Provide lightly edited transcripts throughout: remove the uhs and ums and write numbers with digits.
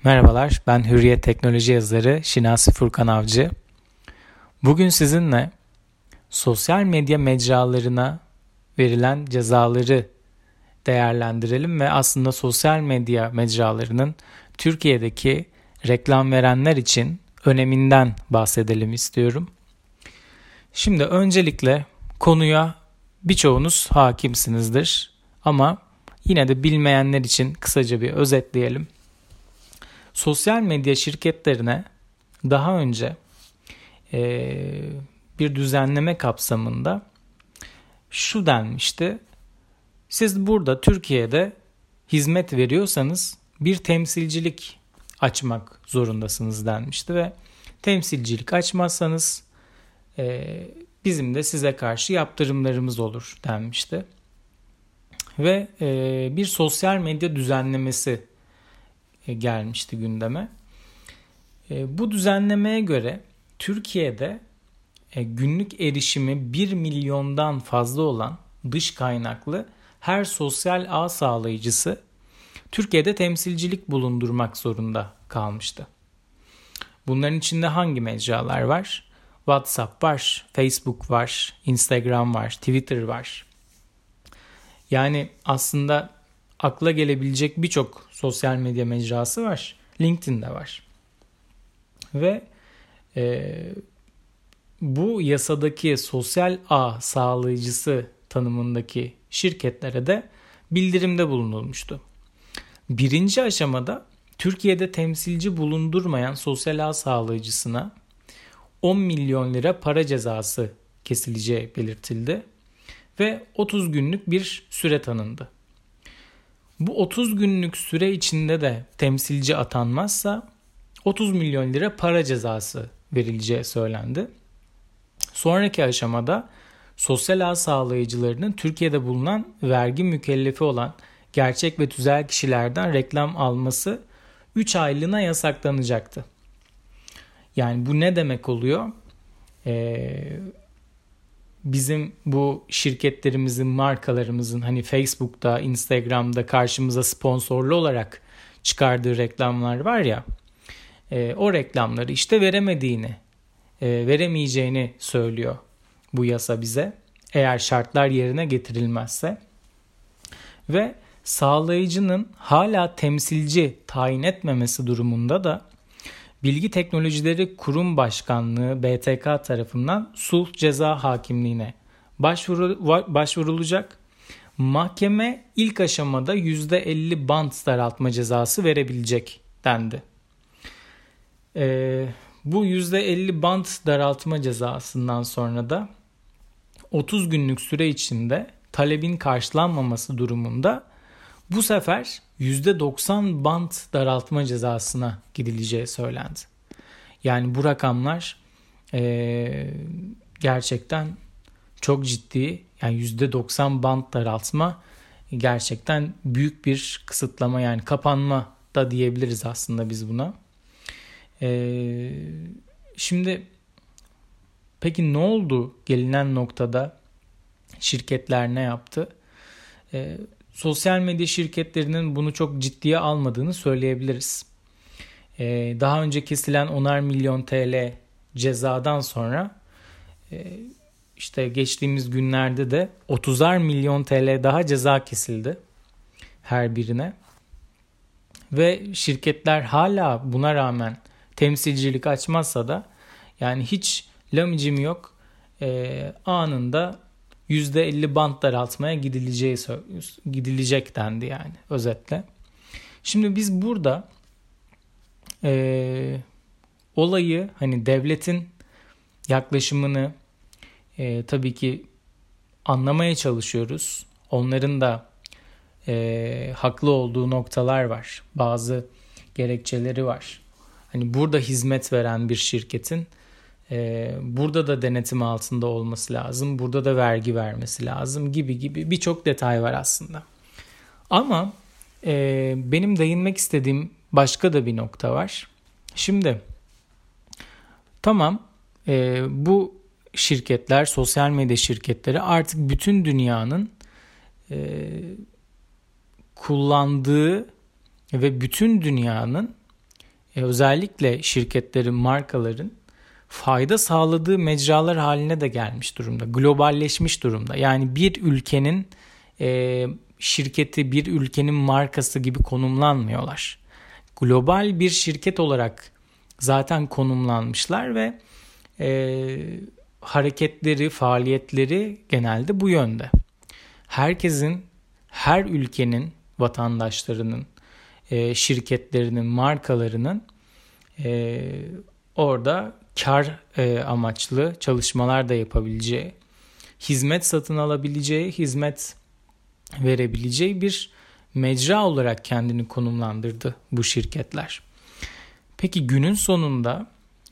Merhabalar, ben Hürriyet Teknoloji yazarı Şinasi Furkan Avcı. Bugün sizinle sosyal medya mecralarına verilen cezaları değerlendirelim ve aslında sosyal medya mecralarının Türkiye'deki reklam verenler için öneminden bahsedelim istiyorum. Şimdi öncelikle konuya birçoğunuz hakimsinizdir ama yine de bilmeyenler için kısaca bir özetleyelim. Sosyal medya şirketlerine daha önce bir düzenleme kapsamında şu denmişti. Siz burada Türkiye'de hizmet veriyorsanız bir temsilcilik açmak zorundasınız denmişti ve temsilcilik açmazsanız bizim de size karşı yaptırımlarımız olur denmişti. Ve bir sosyal medya düzenlemesi gelmişti gündeme. Bu düzenlemeye göre Türkiye'de günlük erişimi 1 milyondan fazla olan dış kaynaklı her sosyal ağ sağlayıcısı Türkiye'de temsilcilik bulundurmak zorunda kalmıştı. Bunların içinde hangi mecralar var? WhatsApp var, Facebook var, Instagram var, Twitter var. Yani aslında akla gelebilecek birçok sosyal medya mecrası var. LinkedIn'de var. Ve bu yasadaki sosyal ağ sağlayıcısı tanımındaki şirketlere de bildirimde bulunulmuştu. Birinci aşamada Türkiye'de temsilci bulundurmayan sosyal ağ sağlayıcısına 10 milyon lira para cezası kesileceği belirtildi ve 30 günlük bir süre tanındı. Bu 30 günlük süre içinde de temsilci atanmazsa 30 milyon lira para cezası verileceği söylendi. Sonraki aşamada sosyal ağ sağlayıcılarının Türkiye'de bulunan vergi mükellefi olan gerçek ve tüzel kişilerden reklam alması 3 aylığına yasaklanacaktı. Yani bu ne demek oluyor? Bizim bu şirketlerimizin, markalarımızın hani Facebook'ta, Instagram'da karşımıza sponsorlu olarak çıkardığı reklamlar var ya, o reklamları işte veremeyeceğini söylüyor bu yasa bize. Eğer şartlar yerine getirilmezse ve sağlayıcının hala temsilci tayin etmemesi durumunda da Bilgi Teknolojileri Kurum Başkanlığı BTK tarafından sulh ceza hakimliğine başvurulacak. Mahkeme ilk aşamada %50 bant daraltma cezası verebilecek dendi. Bu %50 bant daraltma cezasından sonra da 30 günlük süre içinde talebin karşılanmaması durumunda bu sefer %90 bant daraltma cezasına gidileceği söylendi. Yani bu rakamlar gerçekten çok ciddi. Yani %90 bant daraltma gerçekten büyük bir kısıtlama, yani kapanma da diyebiliriz aslında biz buna. Şimdi peki ne oldu gelinen noktada? Şirketler ne yaptı? Sosyal medya şirketlerinin bunu çok ciddiye almadığını söyleyebiliriz. Daha önce kesilen 10'ar milyon TL cezadan sonra işte geçtiğimiz günlerde de 30'ar milyon TL daha ceza kesildi her birine. Ve şirketler hala buna rağmen temsilcilik açmazsa da yani hiç lamicim yok, anında %50 bant daraltmaya gidilecek dendi yani özetle. Şimdi biz burada olayı, hani devletin yaklaşımını tabii ki anlamaya çalışıyoruz. Onların da haklı olduğu noktalar var. Bazı gerekçeleri var. Hani burada hizmet veren bir şirketin burada da denetim altında olması lazım. Burada da vergi vermesi lazım gibi birçok detay var aslında. Ama benim değinmek istediğim başka da bir nokta var. Şimdi tamam, bu şirketler, sosyal medya şirketleri artık bütün dünyanın kullandığı ve bütün dünyanın özellikle şirketlerin, markaların fayda sağladığı mecralar haline de gelmiş durumda. Globalleşmiş durumda. Yani bir ülkenin şirketi, bir ülkenin markası gibi konumlanmıyorlar. Global bir şirket olarak zaten konumlanmışlar ve hareketleri, faaliyetleri genelde bu yönde. Herkesin, her ülkenin vatandaşlarının, şirketlerinin, markalarının orada kar amaçlı çalışmalar da yapabileceği, hizmet satın alabileceği, hizmet verebileceği bir mecra olarak kendini konumlandırdı bu şirketler. Peki günün sonunda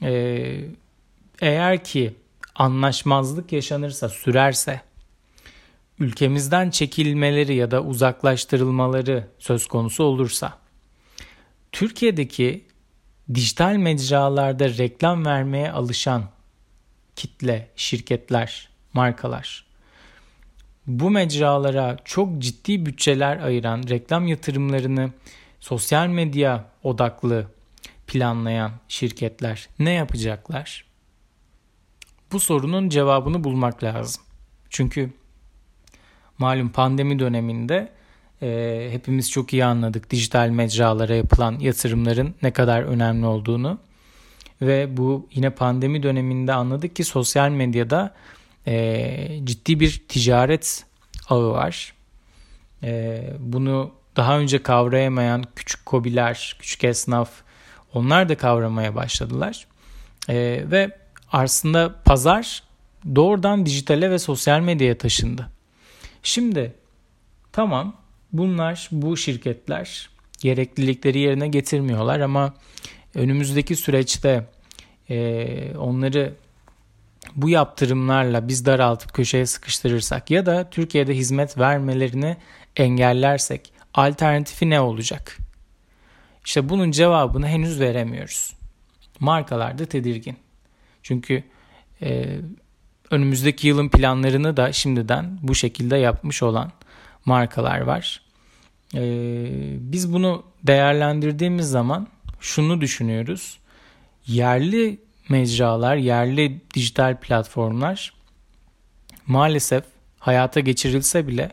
eğer ki anlaşmazlık yaşanırsa, sürerse, ülkemizden çekilmeleri ya da uzaklaştırılmaları söz konusu olursa, Türkiye'deki dijital mecralarda reklam vermeye alışan kitle, şirketler, markalar, bu mecralara çok ciddi bütçeler ayıran, reklam yatırımlarını sosyal medya odaklı planlayan şirketler ne yapacaklar? Bu sorunun cevabını bulmak lazım. Çünkü malum pandemi döneminde hepimiz çok iyi anladık dijital mecralara yapılan yatırımların ne kadar önemli olduğunu. Ve bu yine pandemi döneminde anladık ki sosyal medyada ciddi bir ticaret ağı var. Bunu daha önce kavrayamayan küçük KOBİ'ler, küçük esnaf, onlar da kavramaya başladılar. Ve aslında pazar doğrudan dijitale ve sosyal medyaya taşındı. Şimdi tamam, bu şirketler gereklilikleri yerine getirmiyorlar ama önümüzdeki süreçte onları bu yaptırımlarla biz daraltıp köşeye sıkıştırırsak ya da Türkiye'de hizmet vermelerini engellersek alternatifi ne olacak? İşte bunun cevabını henüz veremiyoruz. Markalar da tedirgin. Çünkü önümüzdeki yılın planlarını da şimdiden bu şekilde yapmış olan markalar var. Biz bunu değerlendirdiğimiz zaman şunu düşünüyoruz. Yerli mecralar, yerli dijital platformlar maalesef hayata geçirilse bile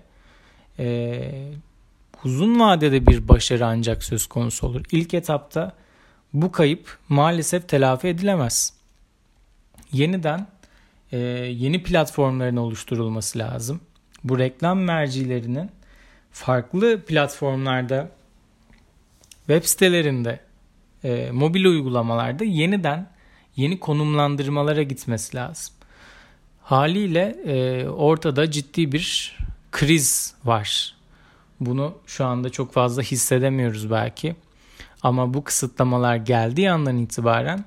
uzun vadede bir başarı ancak söz konusu olur. İlk etapta bu kayıp maalesef telafi edilemez. Yeniden yeni platformların oluşturulması lazım. Bu reklam mercilerinin farklı platformlarda, web sitelerinde, mobil uygulamalarda yeni konumlandırmalara gitmesi lazım. Haliyle ortada ciddi bir kriz var. Bunu şu anda çok fazla hissedemiyoruz belki. Ama bu kısıtlamalar geldiği andan itibaren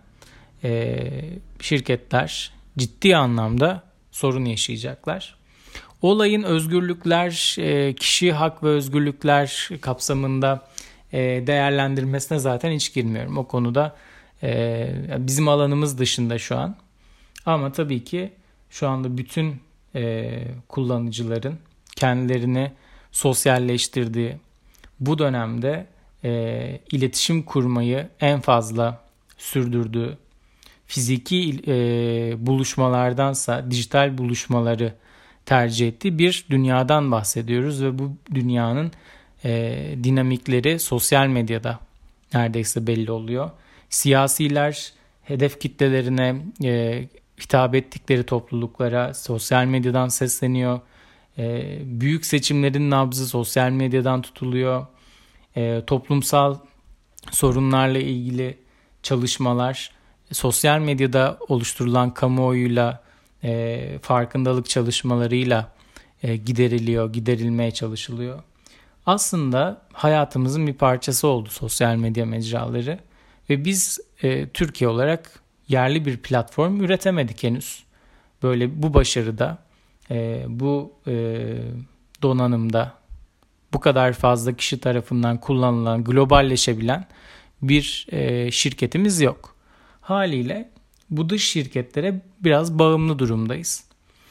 şirketler ciddi anlamda sorun yaşayacaklar. Olayın özgürlükler, kişi hak ve özgürlükler kapsamında değerlendirmesine zaten hiç girmiyorum. O konuda bizim alanımız dışında şu an. Ama tabii ki şu anda bütün kullanıcıların kendilerini sosyalleştirdiği bu dönemde iletişim kurmayı en fazla sürdürdüğü, fiziki buluşmalardansa dijital buluşmaları tercih ettiği bir dünyadan bahsediyoruz ve bu dünyanın dinamikleri sosyal medyada neredeyse belli oluyor. Siyasiler hedef kitlelerine hitap ettikleri topluluklara sosyal medyadan sesleniyor. Büyük seçimlerin nabzı sosyal medyadan tutuluyor. Toplumsal sorunlarla ilgili çalışmalar sosyal medyada oluşturulan kamuoyuyla farkındalık çalışmalarıyla giderilmeye çalışılıyor. Aslında hayatımızın bir parçası oldu sosyal medya mecraları ve biz Türkiye olarak yerli bir platform üretemedik henüz. Böyle bu başarıda, bu donanımda, bu kadar fazla kişi tarafından kullanılan, globalleşebilen bir şirketimiz yok. Haliyle bu dış şirketlere biraz bağımlı durumdayız.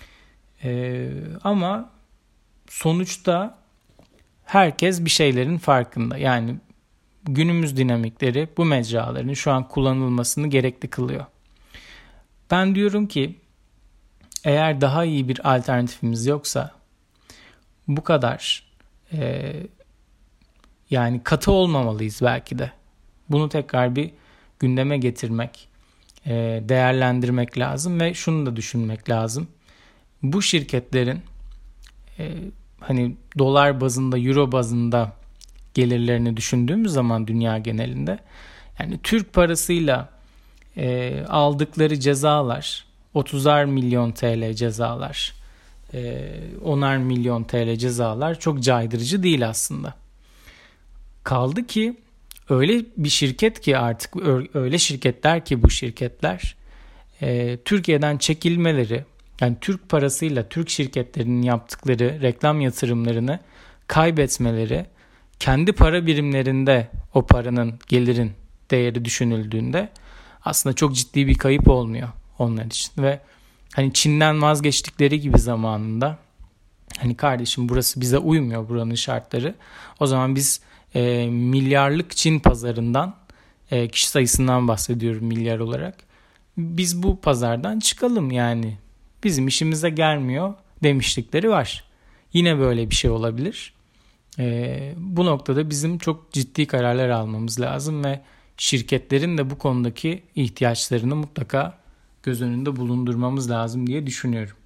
Ama sonuçta herkes bir şeylerin farkında. Yani günümüz dinamikleri bu mecraların şu an kullanılmasını gerekli kılıyor. Ben diyorum ki eğer daha iyi bir alternatifimiz yoksa bu kadar yani katı olmamalıyız belki de. Bunu tekrar bir gündeme getirmek, değerlendirmek lazım ve şunu da düşünmek lazım. Bu şirketlerin hani dolar bazında, euro bazında gelirlerini düşündüğümüz zaman dünya genelinde yani Türk parasıyla aldıkları cezalar 30'ar milyon TL cezalar, 10'ar milyon TL cezalar çok caydırıcı değil aslında. Kaldı ki öyle bir şirket ki artık öyle şirketler ki bu şirketler Türkiye'den çekilmeleri, yani Türk parasıyla Türk şirketlerinin yaptıkları reklam yatırımlarını kaybetmeleri, kendi para birimlerinde o paranın, gelirin değeri düşünüldüğünde aslında çok ciddi bir kayıp olmuyor onlar için. Ve hani Çin'den vazgeçtikleri gibi zamanında hani kardeşim burası bize uymuyor, buranın şartları. O zaman biz milyarlık Çin pazarından, kişi sayısından bahsediyorum milyar olarak. Biz bu pazardan çıkalım yani. Bizim işimize gelmiyor demişlikleri var. Yine böyle bir şey olabilir. Bu noktada bizim çok ciddi kararlar almamız lazım ve şirketlerin de bu konudaki ihtiyaçlarını mutlaka göz önünde bulundurmamız lazım diye düşünüyorum.